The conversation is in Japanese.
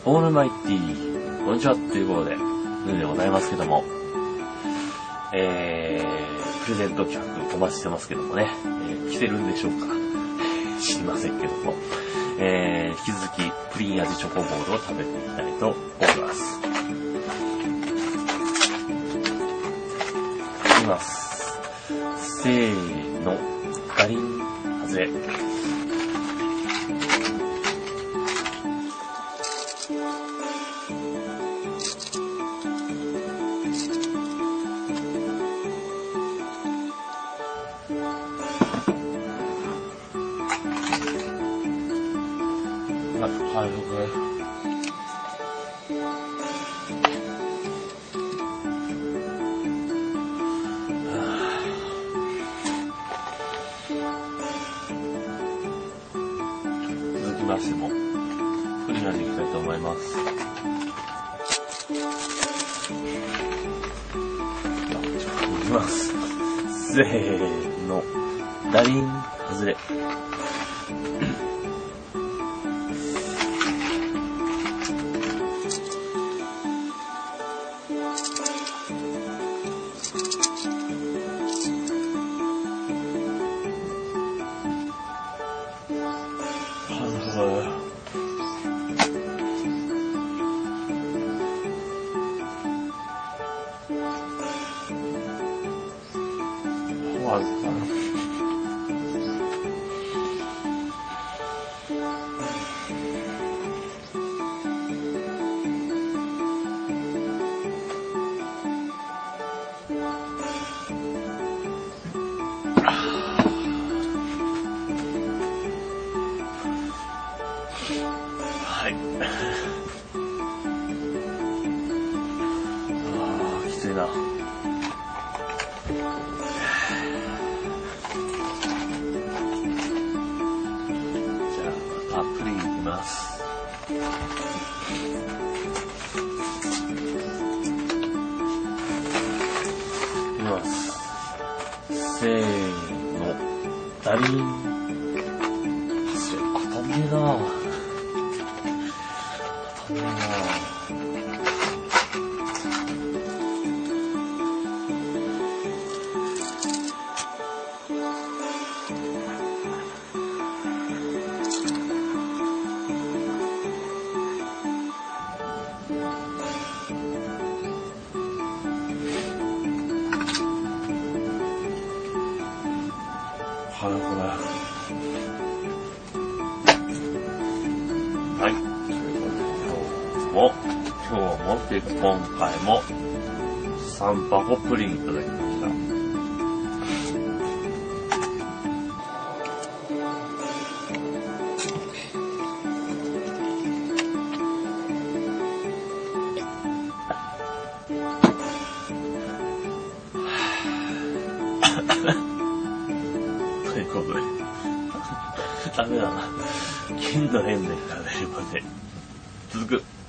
オールマイティー、こんにちはということで、ヌーでございますけども、プレゼント企画お待ちしてますけどもね、来てるんでしょうか知りませんけども、引き続きプリン味チョコボールを食べていきたいと思います。いきます。せーの、ガリン、外れ。はい、続きましても、プリン味いきたいと思います。いきます。せーの、ダリン、外れ。はい。きついな。じゃあ、たっぷりいきます。いきます。せーの、ダリン。固めだな。はい、これ。はい。ということで、今回も3箱プリンいただきました。ということで、ダメだな。金の変で食べるまで続く。